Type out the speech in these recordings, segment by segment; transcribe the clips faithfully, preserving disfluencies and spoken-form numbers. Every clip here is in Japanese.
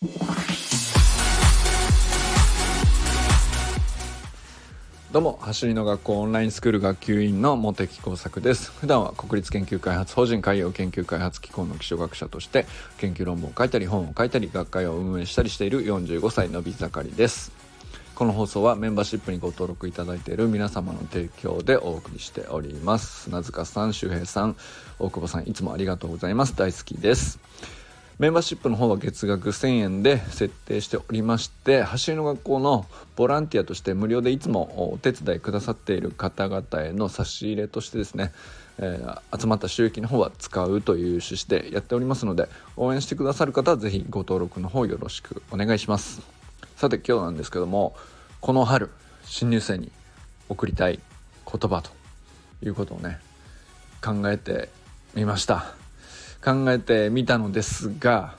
どうも、走りの学校オンラインスクール学級委員の茂木耕作です。普段は国立研究開発法人海洋研究開発機構の基礎学者として研究論文を書いたり本を書いたり学会を運営したりしているよんじゅうごさいのび盛りです。この放送はメンバーシップにご登録いただいている皆様の提供でお送りしております。砂塚さん、周平さん、大久保さん、いつもありがとうございます。大好きです。メンバーシップの方は月額せんえんで設定しておりまして、走りの学校のボランティアとして無料でいつもお手伝いくださっている方々への差し入れとしてですね、えー、集まった収益の方は使うという趣旨でやっておりますので、応援してくださる方はぜひご登録の方よろしくお願いします。さて今日なんですけども、この春新入生に送りたい言葉ということをね考えてみました考えてみたのですが、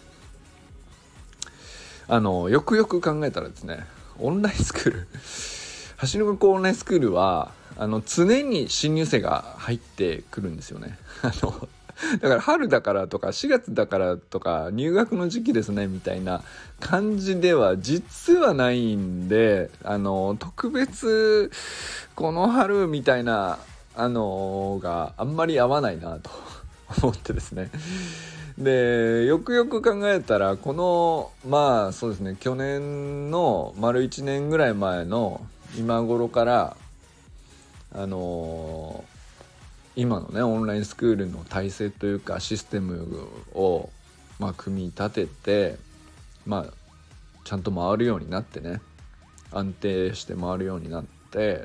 あのよくよく考えたらですね、オンラインスクール走りの学校オンラインスクールはあの常に新入生が入ってくるんですよね。あのだから春だからとかしがつだからとか入学の時期ですねみたいな感じでは実はないんで、あの特別この春みたいなあのがあんまり合わないなと思ってですね。でよくよく考えたら、このまあそうですね去年の丸いちねんぐらい前の今頃からあのー今のねオンラインスクールの体制というかシステムをまあ組み立てて、まあちゃんと回るようになってね、安定して回るようになって、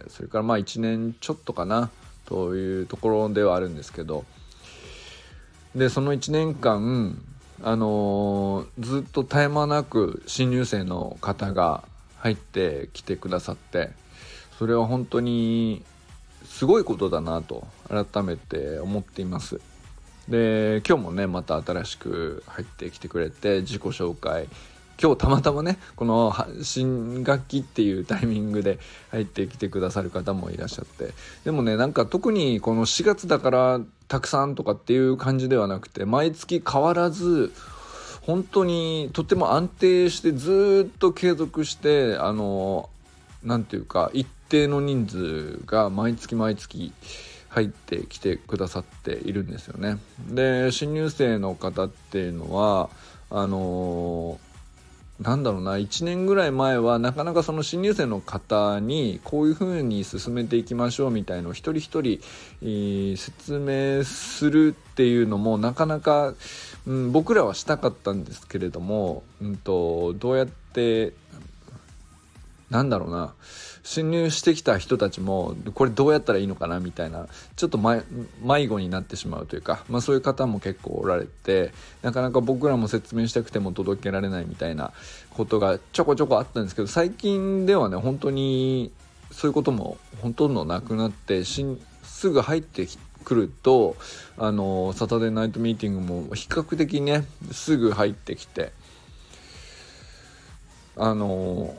それからまあいちねんちょっとかなというところではあるんですけど、でそのいちねんかんあのー、ずっと絶え間なく新入生の方が入ってきてくださって、それは本当にすごいことだなと改めて思っています。で今日もねまた新しく入ってきてくれて自己紹介、今日たまたまねこの新学期っていうタイミングで入ってきてくださる方もいらっしゃって、でもねなんか特にこのしがつだからたくさんとかっていう感じではなくて、毎月変わらず本当にとても安定してずっと継続して、あのなんていうか一定の人数が毎月毎月入ってきてくださっているんですよね。で新入生の方っていうのはあのなんだろうな、いちねんぐらい前はなかなかその新入生の方にこういう風に進めていきましょうみたいのを一人一人、えー、説明するっていうのもなかなか、うん、僕らはしたかったんですけれども、うんと、どうやってなんだろうな、侵入してきた人たちもこれどうやったらいいのかなみたいな、ちょっと迷子になってしまうというか、まあ、そういう方も結構おられて、なかなか僕らも説明したくても届けられないみたいなことがちょこちょこあったんですけど、最近ではね本当にそういうこともほとんどなくなって、しんすぐ入ってくるとあのサタデーナイトミーティングも比較的ねすぐ入ってきて、あの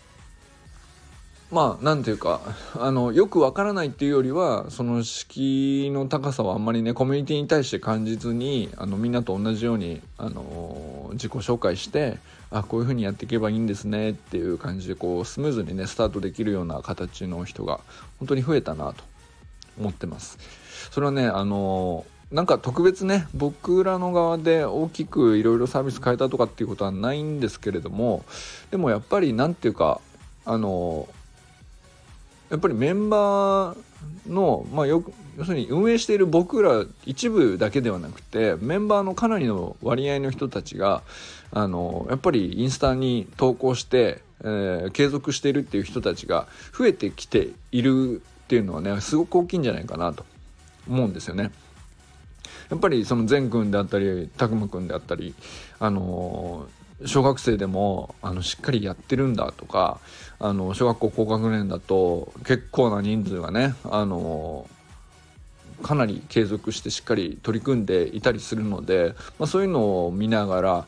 まあなんていうかあのよくわからないっていうよりは、その敷居の高さはあんまりねコミュニティに対して感じずに、あのみんなと同じようにあの自己紹介して、あこういう風にやっていけばいいんですねっていう感じでこうスムーズにねスタートできるような形の人が本当に増えたなと思ってます。それはねあのなんか特別ね僕らの側で大きくいろいろサービス変えたとかっていうことはないんですけれども、でもやっぱりなんていうかあのやっぱりメンバーの、まあ、よく要するに運営している僕ら一部だけではなくて、メンバーのかなりの割合の人たちがあのやっぱりインスタに投稿して、えー、継続しているっていう人たちが増えてきているっていうのはねすごく大きいんじゃないかなと思うんですよね。やっぱりその善くんであったりたくまくんであったり、あのー小学生でもあのしっかりやってるんだとか、あの小学校高学年だと結構な人数がねあのかなり継続してしっかり取り組んでいたりするので、まあ、そういうのを見ながら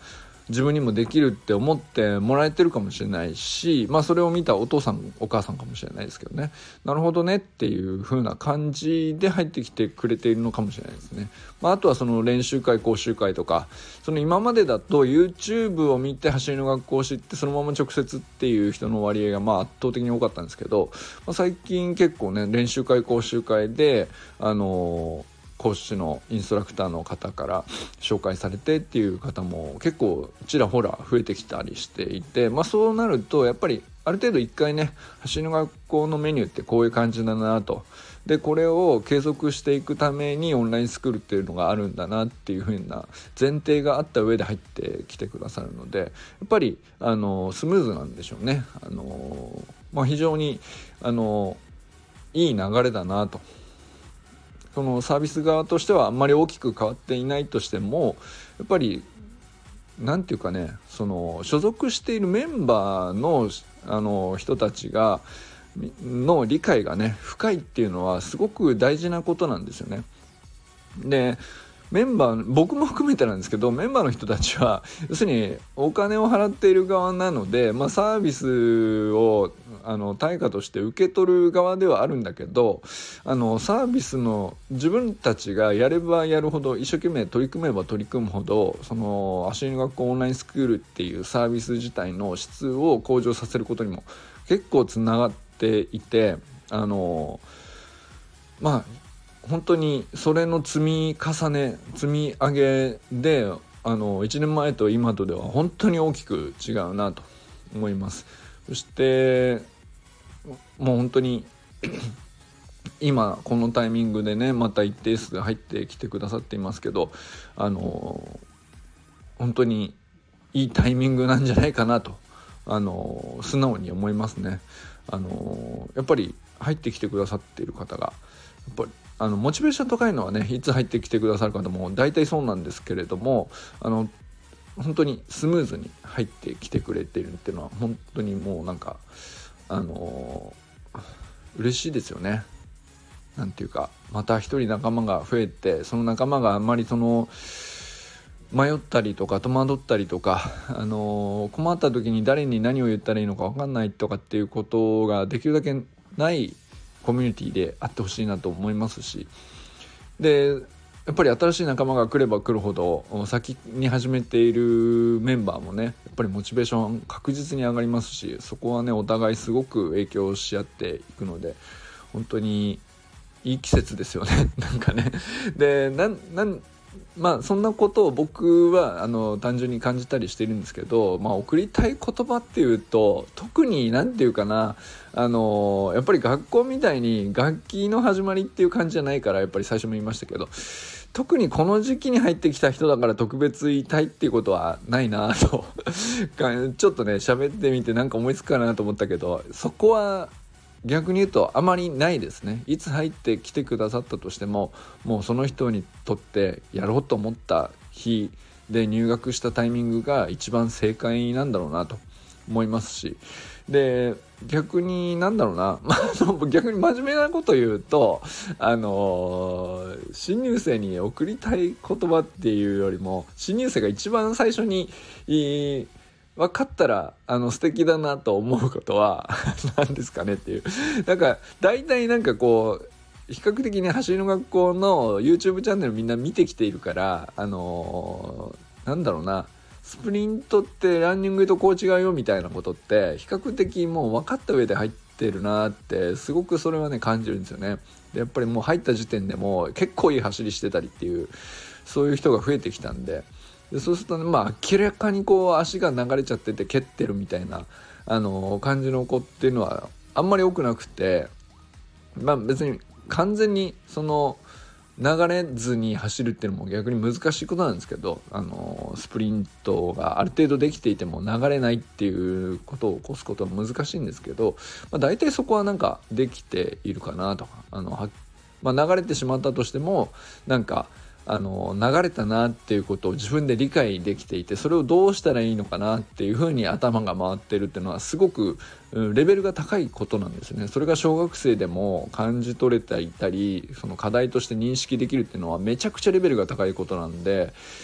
自分にもできるって思ってもらえてるかもしれないし、まあそれを見たお父さんお母さんかもしれないですけどね、なるほどねっていう風な感じで入ってきてくれているのかもしれないですね。まあ、あとはその練習会講習会とか、その今までだと YouTube を見て走りの学校を知ってそのまま直接っていう人の割合がまあ圧倒的に多かったんですけど、まあ、最近結構ね練習会講習会であのー講師のインストラクターの方から紹介されてっていう方も結構ちらほら増えてきたりしていて、まあ、そうなるとやっぱりある程度一回ね走りの学校のメニューってこういう感じだなと、でこれを継続していくためにオンラインスクールっていうのがあるんだなっていう風な前提があった上で入ってきてくださるので、やっぱりあのスムーズなんでしょうね。あの、まあ、非常にあのいい流れだなと。そのサービス側としてはあんまり大きく変わっていないとしても、やっぱりなんていうかね、その所属しているメンバーのあの人たちがの理解がね深いっていうのはすごく大事なことなんですよね。でメンバー僕も含めてなんですけど、メンバーの人たちは要するにお金を払っている側なので、まあ、サービスをあの対価として受け取る側ではあるんだけど、あのサービスの自分たちがやればやるほど、一生懸命取り組めば取り組むほど、その足の学校オンラインスクールっていうサービス自体の質を向上させることにも結構つながっていて、あのまあ本当にそれの積み重ね積み上げで、あのいちねんまえと今とでは本当に大きく違うなと思います。そしてもう本当に今このタイミングでねまた一定数入ってきてくださっていますけど、あの本当にいいタイミングなんじゃないかなと、あの素直に思いますね。あのやっぱり入ってきてくださっている方がやっぱりあのモチベーション高いのはね、いつ入ってきてくださる方も大体そうなんですけれども、あの本当にスムーズに入ってきてくれているっていうのは本当にもうなんかあの嬉しいですよね。なんていうか、また一人仲間が増えて、その仲間があんまりその迷ったりとか戸惑ったりとか、あの困った時に誰に何を言ったらいいのか分かんないとかっていうことができるだけないコミュニティであってほしいなと思いますし、でやっぱり新しい仲間が来れば来るほど先に始めているメンバーもねやっぱりモチベーション確実に上がりますし、そこはねお互いすごく影響し合っていくので本当にいい季節ですよねなんかね。でなんなんまあそんなことを僕はあの単純に感じたりしてるんですけど、まあ送りたい言葉っていうと特になんていうかな、あのやっぱり学校みたいに楽器の始まりっていう感じじゃないから、やっぱり最初も言いましたけど、特にこの時期に入ってきた人だから特別言いたいっていうことはないなとちょっとね喋ってみてなんか思いつくかなと思ったけど、そこは逆に言うとあまりないですね。いつ入ってきてくださったとしても、もうその人にとってやろうと思った日で入学したタイミングが一番正解なんだろうなと思いますし、で逆になんだろうな、まあ、逆に真面目なこと言うと、あのー、新入生に送りたい言葉っていうよりも、新入生が一番最初にいい分かったらあの素敵だなと思うことは何ですかねっていう、なんか大体なんかこう比較的に走りの学校の YouTube チャンネルみんな見てきているから、あのー、なんだろうな、スプリントってランニングとこう違うよみたいなことって比較的もう分かった上で入ってるなってすごくそれはね感じるんですよね。でやっぱりもう入った時点でも結構いい走りしてたりっていう、そういう人が増えてきたんで、でそうするとね、まあ明らかにこう足が流れちゃってて蹴ってるみたいな、あのー、感じの子っていうのはあんまり多くなくて、まあ別に完全にその流れずに走るっていうのも逆に難しいことなんですけど、あのー、スプリントがある程度できていても流れないっていうことを起こすことは難しいんですけど、まあ、大体そこはなんかできているかなとか、あのは、まあ、流れてしまったとしてもなんかあの流れたなっていうことを自分で理解できていて、それをどうしたらいいのかなっていうふうに頭が回ってるっていうのはすごくレベルが高いことなんですね。それが小学生でも感じ取れていたり、その課題として認識できるっていうのはめちゃくちゃレベルが高いことなんで、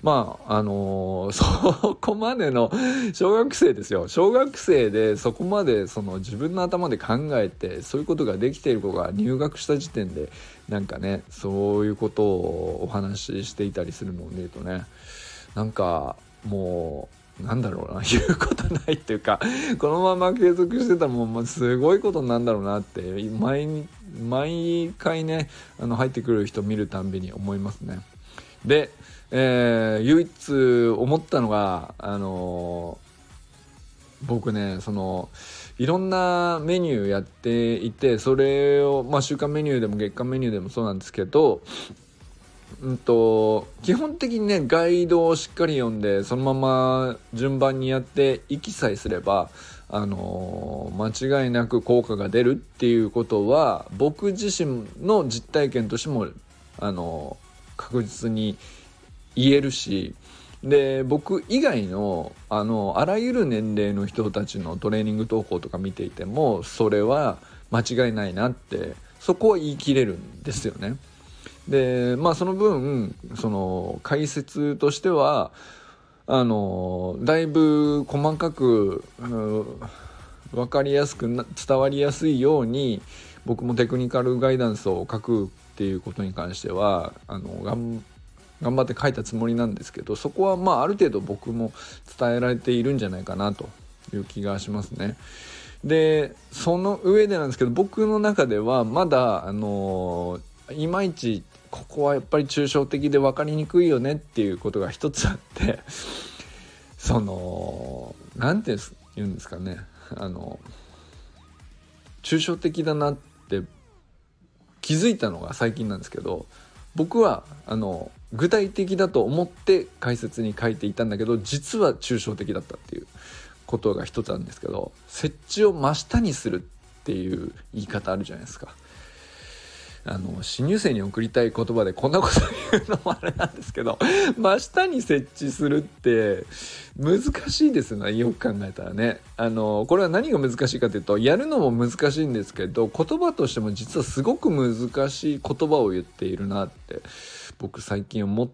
まああのー、そこまでの小学生ですよ。小学生でそこまでその自分の頭で考えてそういうことができている子が入学した時点でなんかねそういうことをお話ししていたりするのを見るとね、なんかもうなんだろうな、言うことないっていうか、このまま継続してたらもうすごいことなんだろうなって毎毎回ねあの入ってくる人見るたんびに思いますね。で、えー、唯一思ったのがあのー、僕ねそのいろんなメニューやっていて、それをまあ週間メニューでも月間メニューでもそうなんですけど、うんと基本的にねガイドをしっかり読んでそのまま順番にやっていきさえすれば、あのー、間違いなく効果が出るっていうことは僕自身の実体験としても、あのー、確実に言えるし、で僕以外のあのあらゆる年齢の人たちのトレーニング投稿とか見ていてもそれは間違いないなってそこは言い切れるんですよね。でまあその分その解説としてはあのだいぶ細かく、うん、分かりやすくな伝わりやすいように僕もテクニカルガイダンスを書くっていうことに関してはあの頑頑張って書いたつもりなんですけど、そこはまあある程度僕も伝えられているんじゃないかなという気がしますね。でその上でなんですけど、僕の中ではまだあのいまいちここはやっぱり抽象的で分かりにくいよねっていうことが一つあってそのなんて言うんですかね、あの抽象的だなって気づいたのが最近なんですけど、僕はあの具体的だと思って解説に書いていたんだけど実は抽象的だったっていうことが一つあるんですけど、設置を真下にするっていう言い方あるじゃないですか。あの新入生に送りたい言葉でこんなこと言うのもあれなんですけど、真下に設置するって難しいですね、よく考えたらね。あのこれは何が難しいかというと、やるのも難しいんですけど言葉としても実はすごく難しい言葉を言っているなって僕最近思って、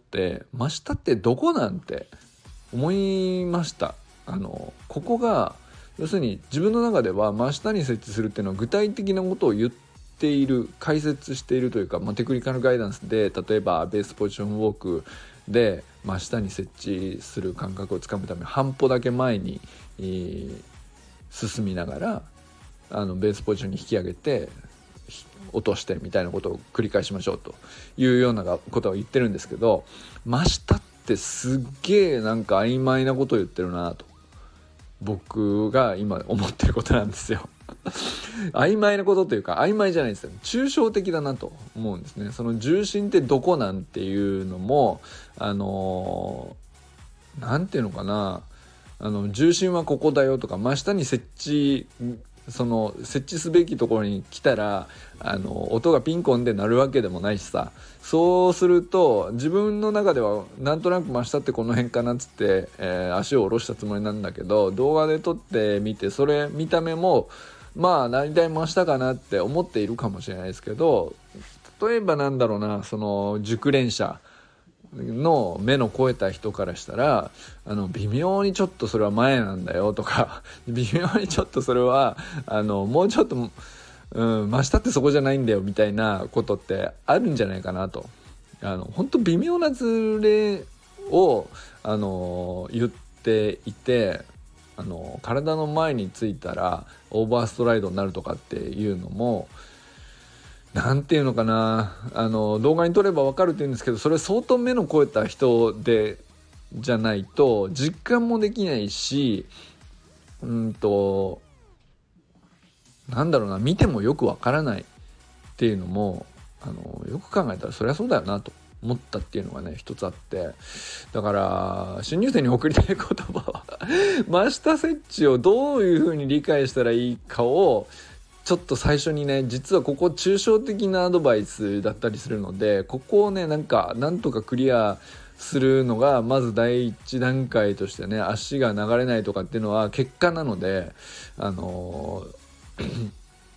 真下ってどこなんて思いました。あのここが要するに自分の中では真下に設置するっていうのは具体的なことを言ってている解説しているというか、まあ、テクニカルガイダンスで例えばベースポジションウォークで真下に設置する感覚をつかむために半歩だけ前に、えー、進みながらあのベースポジションに引き上げて落としてみたいなことを繰り返しましょうというようなことを言ってるんですけど、真下ってすっげえなんか曖昧なことを言ってるなと僕が今思ってることなんですよ曖昧なことというか曖昧じゃないですよ、抽象的だなと思うんですね。その重心ってどこなんていうのもあのー、なんていうのかな、あの重心はここだよとか真下に設置その設置すべきところに来たらあの音がピンコンで鳴るわけでもないしさ、そうすると自分の中ではなんとなく真下ってこの辺かなっつって、えー、足を下ろしたつもりなんだけど、動画で撮ってみてそれ見た目もまあ大体真下かなって思っているかもしれないですけど、例えばなんだろうな、その熟練者の目の肥えた人からしたらあの微妙にちょっとそれは前なんだよとか微妙にちょっとそれはあのもうちょっと、うん、真下ってそこじゃないんだよみたいなことってあるんじゃないかなと。あの本当微妙なズレをあの言っていて、あの体の前についたらオーバーストライドになるとかっていうのもなんていうのかな、あの動画に撮れば分かるって言うんですけど、それ相当目の肥えた人でじゃないと実感もできないし、うんとなんだろうな、見てもよく分からないっていうのもあのよく考えたらそりゃそうだよなと思ったっていうのがね一つあって、だから新入生に送りたい言葉は真下設置をどういうふうに理解したらいいかをちょっと最初にね、実はここ抽象的なアドバイスだったりするので、ここをねなんかなんとかクリアするのがまず第一段階としてね、足が流れないとかっていうのは結果なので、あのー、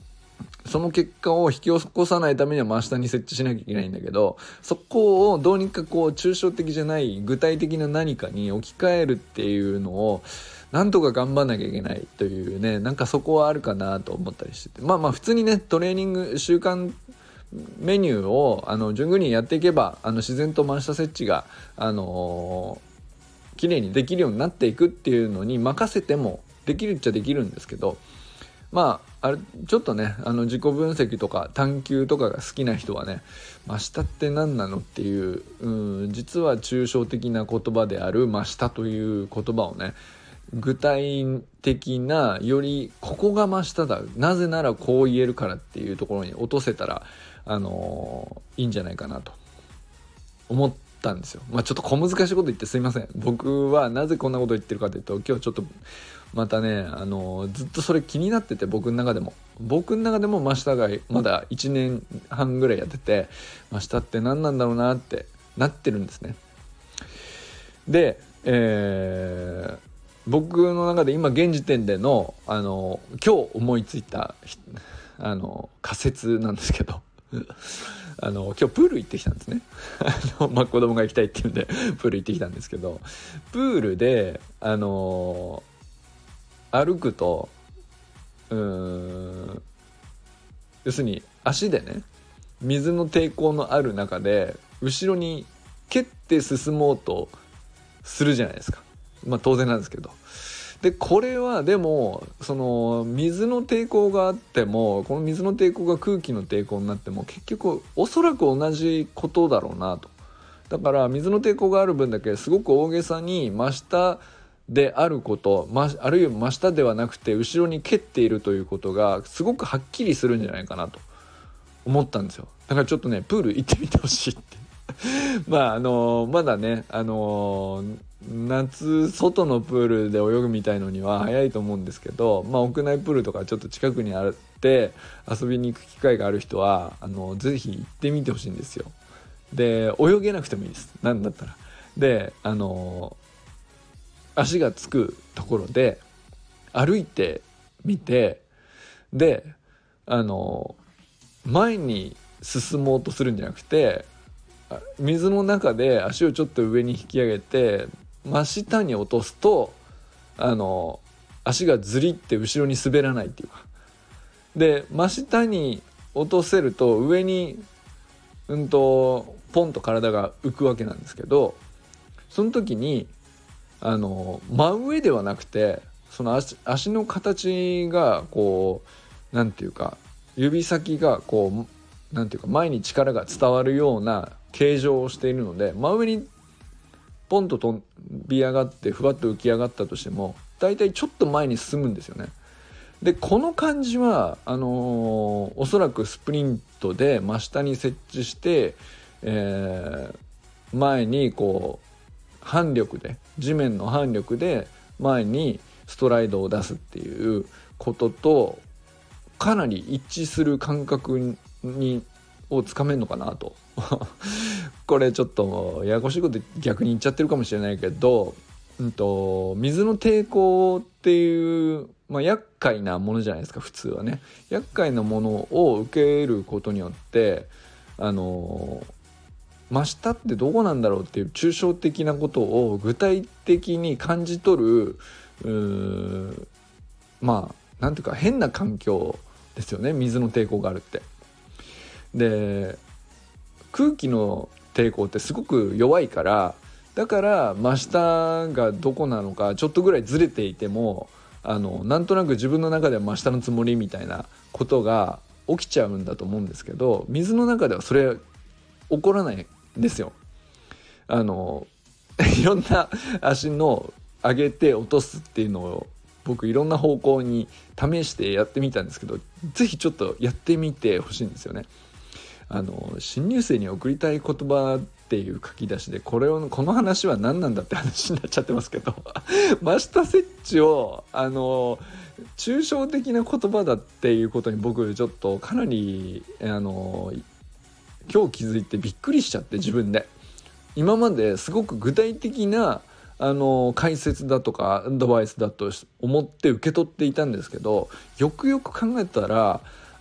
その結果を引き起こさないためには真下に設置しなきゃいけないんだけど、そこをどうにかこう抽象的じゃない具体的な何かに置き換えるっていうのをなんとか頑張んなきゃいけないというね、なんかそこはあるかなと思ったりしてて、まあまあ普通にねトレーニング習慣メニューをあの順繰りにやっていけば、あの自然と真下設置があのー、綺麗にできるようになっていくっていうのに任せてもできるっちゃできるんですけど、まああれちょっとねあの自己分析とか探求とかが好きな人はね、真下って何なのっていう、うん、実は抽象的な言葉である真下という言葉をね、具体的なよりここが真下だ、なぜならこう言えるからっていうところに落とせたら、あのー、いいんじゃないかなと思ったんですよ。まあちょっと小難しいこと言ってすいません。僕はなぜこんなこと言ってるかというと、今日ちょっとまたね、あのー、ずっとそれ気になってて、僕の中でも僕の中でも真下がまだいちねんはんぐらいやってて、真下って何なんだろうなってなってるんですね。で、えー僕の中で今現時点での、あの今日思いついたあの仮説なんですけどあの今日プール行ってきたんですねあの、まあ、子供が行きたいっていうんでプール行ってきたんですけど、プールであの歩くとうーん要するに足でね水の抵抗のある中で後ろに蹴って進もうとするじゃないですか。まあ当然なんですけど、でこれはでもその水の抵抗があっても、この水の抵抗が空気の抵抗になっても結局おそらく同じことだろうなと。だから水の抵抗がある分だけすごく大げさに真下であること、あるいは真下ではなくて後ろに蹴っているということがすごくはっきりするんじゃないかなと思ったんですよ。だからちょっとねプール行ってみてほしいってまああのまだねあの夏外のプールで泳ぐみたいのには早いと思うんですけど、まあ屋内プールとかちょっと近くにあって遊びに行く機会がある人はあのぜひ行ってみてほしいんですよ。で泳げなくてもいいです、なんだったら。であの足がつくところで歩いてみて、であの前に進もうとするんじゃなくて、水の中で足をちょっと上に引き上げて真下に落とすと、あの足がずりって後ろに滑らないっていうか、で真下に落とせると上にうんとポンと体が浮くわけなんですけど、その時にあの真上ではなくて、その 足, 足の形がこうなんていうか、指先がこうなんていうか前に力が伝わるような形状をしているので、真上にポンと飛び上がってふわっと浮き上がったとしてもだいたいちょっと前に進むんですよね。でこの感じはあのー、おそらくスプリントで真下に設置して、えー、前にこう反力で地面の反力で前にストライドを出すっていうこととかなり一致する感覚にをつかめるのかなとこれちょっとややこしいこと逆に言っちゃってるかもしれないけど、うんと、水の抵抗っていう、まあ、厄介なものじゃないですか普通はね。厄介なものを受けることによってあの真下ってどこなんだろうっていう抽象的なことを具体的に感じ取る、うーまあなんていうか変な環境ですよね、水の抵抗があるって。で空気の抵抗ってすごく弱いから、だから真下がどこなのかちょっとぐらいずれていてもあのなんとなく自分の中では真下のつもりみたいなことが起きちゃうんだと思うんですけど、水の中ではそれ起こらないんですよ。あのいろんな足の上げて落とすっていうのを僕いろんな方向に試してやってみたんですけど、ぜひちょっとやってみてほしいんですよね。あの新入生に送りたい言葉っていう書き出しでこれをこの話は何なんだって話になっちゃってますけど真下設置をあの抽象的な言葉だっていうことに僕ちょっとかなりあの今日気づいてびっくりしちゃって、自分で今まですごく具体的なあの解説だとかアドバイスだと思って受け取っていたんですけど、よくよく考えたら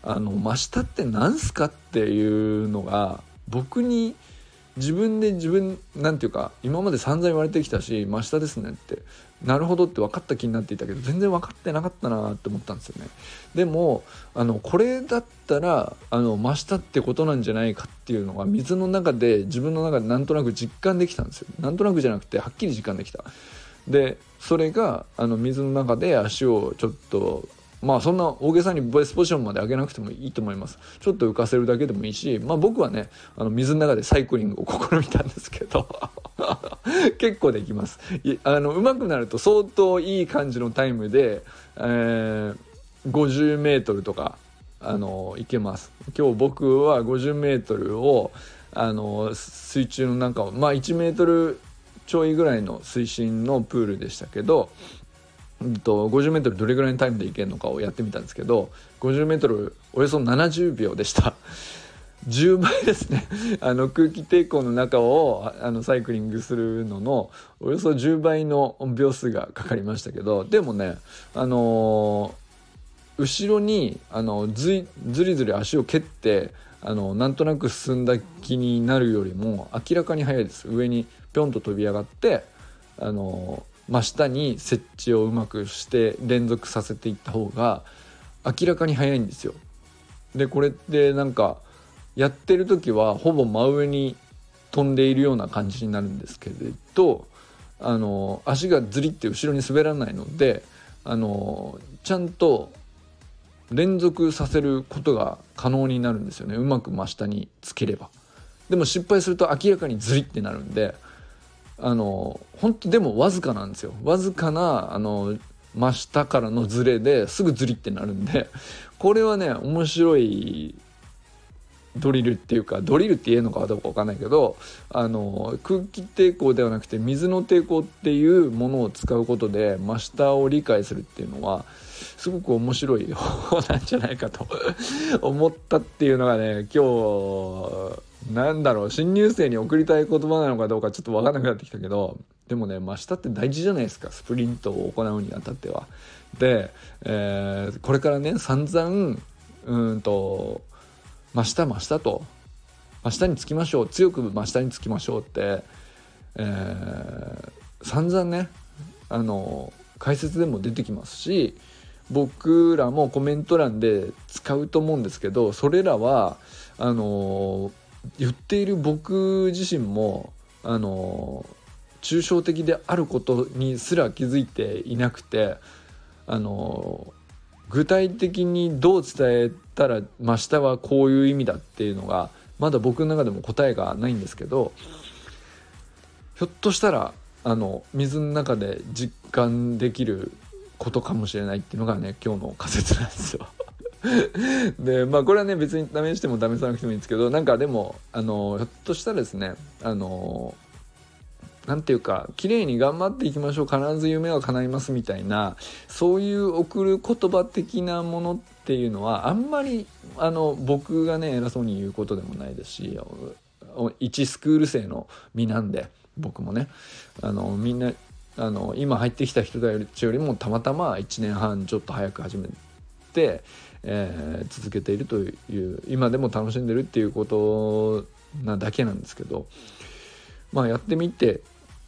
あの真下って何すかっていうのが僕に自分で自分なんていうか今まで散々言われてきたし、真下ですねってなるほどって分かった気になっていたけど全然分かってなかったなって思ったんですよね。でもあのこれだったらあの真下ってことなんじゃないかっていうのが水の中で自分の中でなんとなく実感できたんですよ。なんとなくじゃなくてはっきり実感できた。でそれがあの水の中で足をちょっとまあそんな大げさにベースポジションまで上げなくてもいいと思います。ちょっと浮かせるだけでもいいし、まあ僕はねあの水の中でサイクリングを試みたんですけど結構できます。あの上手くなると相当いい感じのタイムで、えー、ごじゅうメートルとかあのいけます。今日僕はごじゅうメートルをあの水中の中をまあいちメートルちょいぐらいの水深のプールでしたけど、うんとごじゅうメートルどれぐらいのタイムでいけるのかをやってみたんですけど、ごじゅうメートルおよそななじゅうびょうでしたじゅうばいですねあの空気抵抗の中をあのサイクリングするののおよそじゅうばいの秒数がかかりましたけど、でもねあのー、後ろにあのずずりずり足を蹴ってあのなんとなく進んだ気になるよりも明らかに速いです。上にぴょんと飛び上がってあのー真下に設置をうまくして連続させていった方が明らかに速いんですよ。でこれってなんかやってる時はほぼ真上に飛んでいるような感じになるんですけれど、あの足がずりって後ろに滑らないのであのちゃんと連続させることが可能になるんですよね。うまく真下につければ。でも失敗すると明らかにずりってなるんで、あの本当でもわずかなんですよ。わずかなあの真下からのズレですぐズリってなるんで、これはね面白いドリルっていうか、ドリルって言えるのかどうか分かんないけど、あの空気抵抗ではなくて水の抵抗っていうものを使うことで真下を理解するっていうのはすごく面白い方なんじゃないかと思ったっていうのがね、今日なんだろう新入生に送りたい言葉なのかどうかちょっと分かんなくなってきたけど、でもね真下って大事じゃないですか、スプリントを行うにあたっては。で、えー、これからね散々うんと真下真下と真下につきましょう、強く真下につきましょうって、えー、散々ねあの解説でも出てきますし、僕らもコメント欄で使うと思うんですけど、それらはあの言っている僕自身もあの抽象的であることにすら気づいていなくて、あの具体的にどう伝えたら真下はこういう意味だっていうのがまだ僕の中でも答えがないんですけど、ひょっとしたらあの水の中で実感できることかもしれないっていうのがね今日の仮説なんですよでまあこれはね別に試しても試さなくてもいいんですけど、なんかでもあのひょっとしたらですねあのなんていうか綺麗に頑張っていきましょう、必ず夢は叶いますみたいな、そういう送る言葉的なものっていうのはあんまりあの僕がね偉そうに言うことでもないですし、一スクール生の身なんで僕もねあのみんなあの今入ってきた人たちよりもたまたまいちねんはんちょっと早く始めて、えー、続けているという今でも楽しんでるっていうことなだけなんですけど、まあやってみて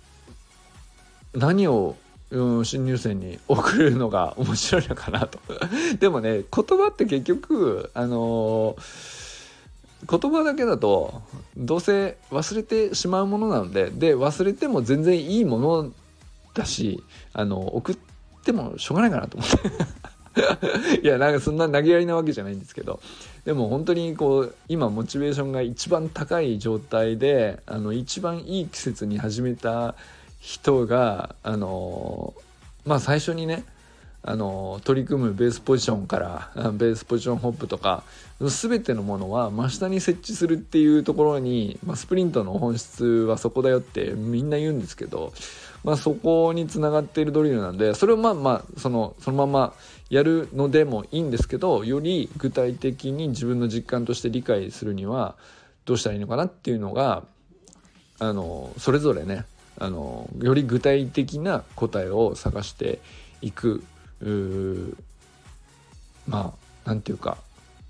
何を、うん、新入生に送るのが面白いのかなとでもね言葉って結局あのー、言葉だけだとどうせ忘れてしまうものなのでで忘れても全然いいものだし、あの送ってもしょうがないかなと思っていやなんかそんな投げやりなわけじゃないんですけど、でも本当にこう今モチベーションが一番高い状態であの一番いい季節に始めた人があのまあ最初にねあの取り組むベースポジションからベースポジションホップとか全てのものは真下に設置するっていうところに、まあ、スプリントの本質はそこだよってみんな言うんですけど、まあ、そこにつながっているドリルなんでそれをまあまあそのそのままやるのでもいいんですけど、より具体的に自分の実感として理解するにはどうしたらいいのかなっていうのがあのそれぞれねあのより具体的な答えを探していく、うまあなんていうか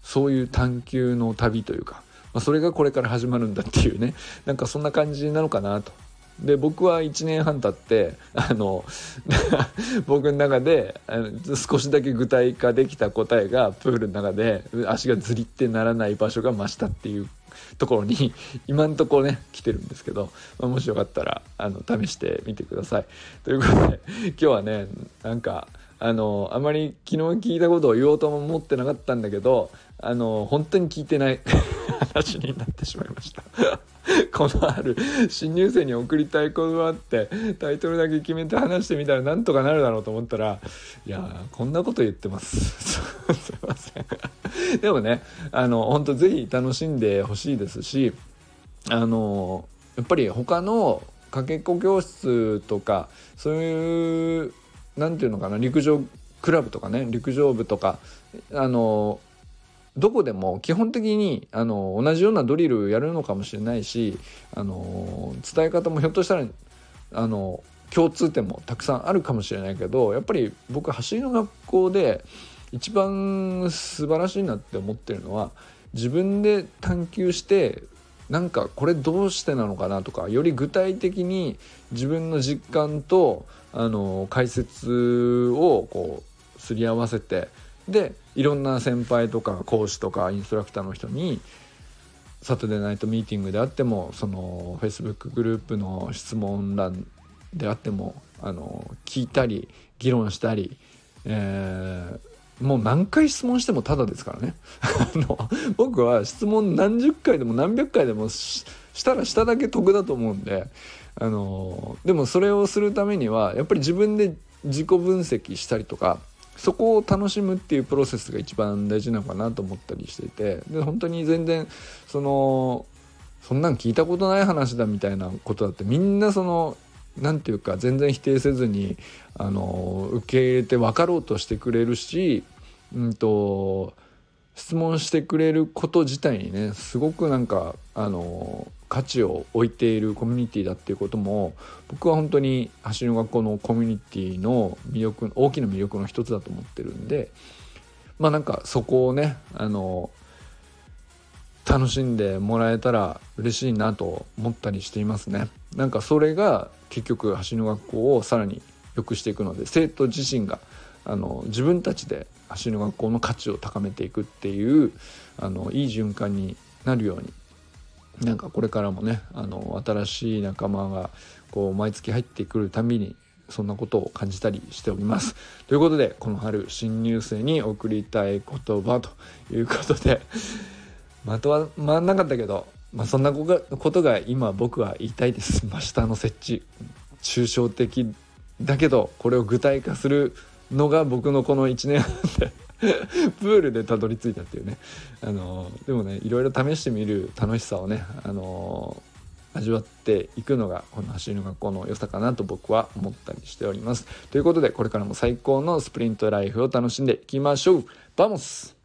そういう探求の旅というか、まあ、それがこれから始まるんだっていうね、なんかそんな感じなのかなと。で僕はいちねんはん経ってあの僕の中であの少しだけ具体化できた答えがプールの中で足がずりってならない場所が増したっていうところに今んところね来てるんですけど、まあ、もしよかったらあの試してみてください。ということで今日はねなんかあのあまり昨日聞いたことを言おうとも思ってなかったんだけど、あの本当に聞いてない話になってしまいましたこの春新入生に送りたい言葉ってタイトルだけ決めて話してみたらなんとかなるだろうと思ったら、いやこんなこと言ってますすいませんでもねあの本当ぜひ楽しんでほしいですし、あのやっぱり他のかけっこ教室とかそういうなんていうのかな、陸上クラブとかね、陸上部とかあのどこでも基本的にあの同じようなドリルやるのかもしれないし、あの伝え方もひょっとしたらあの共通点もたくさんあるかもしれないけど、やっぱり僕走りの学校で一番素晴らしいなって思ってるのは、自分で探求してなんかこれどうしてなのかなとか、より具体的に自分の実感とあの解説をこうすり合わせて、でいろんな先輩とか講師とかインストラクターの人にサタデーナイトミーティングであっても、その Facebook グループの質問欄であってもあの聞いたり議論したり、えー、もう何回質問してもタダですからねあの僕は質問何十回でも何百回でも し, したらしただけ得だと思うんで、あのでもそれをするためにはやっぱり自分で自己分析したりとか、そこを楽しむっていうプロセスが一番大事なのかなと思ったりしていて、で本当に全然そのそんなん聞いたことない話だみたいなことだってみんなそのなんていうか全然否定せずにあの受け入れて分かろうとしてくれるし、うんと質問してくれること自体にねすごくなんかあの価値を置いているコミュニティだっていうことも、僕は本当に走りの学校のコミュニティの魅力、大きな魅力の一つだと思ってるんで、まあなんかそこをねあの楽しんでもらえたら嬉しいなと思ったりしていますね。なんかそれが結局走りの学校をさらに良くしていくので、生徒自身があの自分たちで走りの学校の価値を高めていくっていうあのいい循環になるように、なんかこれからもねあの新しい仲間がこう毎月入ってくるたびにそんなことを感じたりしておりますということで、この春新入生に送りたい言葉ということでまとはまんなかったけど、まあ、そんなことが今僕は言いたいです。真下の設置抽象的だけどこれを具体化するのが僕のこのいちねんはんでプールでたどり着いたっていうね、あのでもねいろいろ試してみる楽しさをね、あの味わっていくのがこの走りの学校の良さかなと僕は思ったりしております。ということでこれからも最高のスプリントライフを楽しんでいきましょう。バモス。